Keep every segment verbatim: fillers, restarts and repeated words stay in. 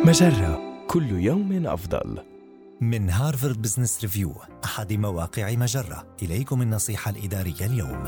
مجرة، كل يوم أفضل. من هارفارد بزنس ريفيو، أحد مواقع مجرة، إليكم النصيحة الإدارية اليوم.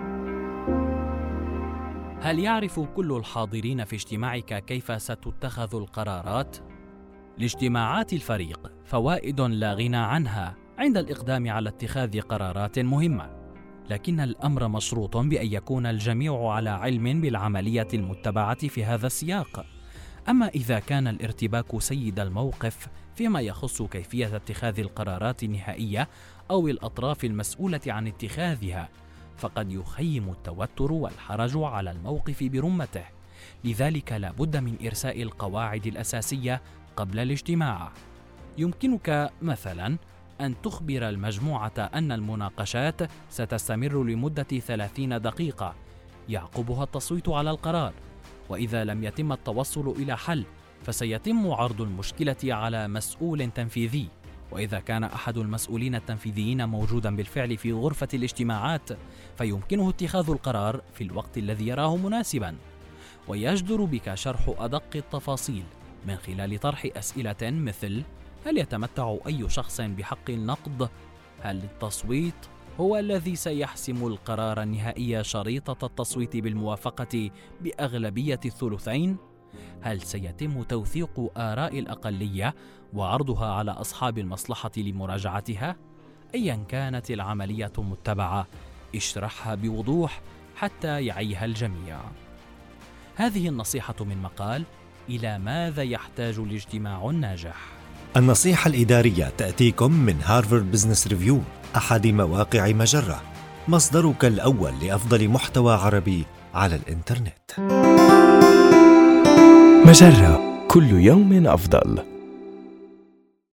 هل يعرف كل الحاضرين في اجتماعك كيف ستتخذ القرارات؟ لاجتماعات الفريق فوائد لا غنى عنها عند الإقدام على اتخاذ قرارات مهمة، لكن الأمر مشروط بأن يكون الجميع على علم بالعملية المتبعة في هذا السياق. أما إذا كان الارتباك سيد الموقف فيما يخص كيفية اتخاذ القرارات النهائية أو الأطراف المسؤولة عن اتخاذها، فقد يخيم التوتر والحرج على الموقف برمته. لذلك لا بد من إرساء القواعد الأساسية قبل الاجتماع. يمكنك مثلاً أن تخبر المجموعة أن المناقشات ستستمر لمدة ثلاثين دقيقة يعقبها التصويت على القرار، وإذا لم يتم التوصل إلى حل فسيتم عرض المشكلة على مسؤول تنفيذي، وإذا كان أحد المسؤولين التنفيذيين موجودا بالفعل في غرفة الاجتماعات فيمكنه اتخاذ القرار في الوقت الذي يراه مناسبا. ويجدر بك شرح أدق التفاصيل من خلال طرح أسئلة مثل: هل يتمتع أي شخص بحق النقد؟ هل التصويت هو الذي سيحسم القرار النهائي شريطة التصويت بالموافقة بأغلبية الثلثين؟ هل سيتم توثيق آراء الأقلية وعرضها على أصحاب المصلحة لمراجعتها؟ أيا كانت العملية المتبعة اشرحها بوضوح حتى يعيها الجميع. هذه النصيحة من مقال إلى ماذا يحتاج الاجتماع الناجح. النصيحة الإدارية تأتيكم من هارفارد بزنس ريفيو، أحد مواقع مجرة، مصدرك الأول لأفضل محتوى عربي على الإنترنت. مجرة، كل يوم أفضل.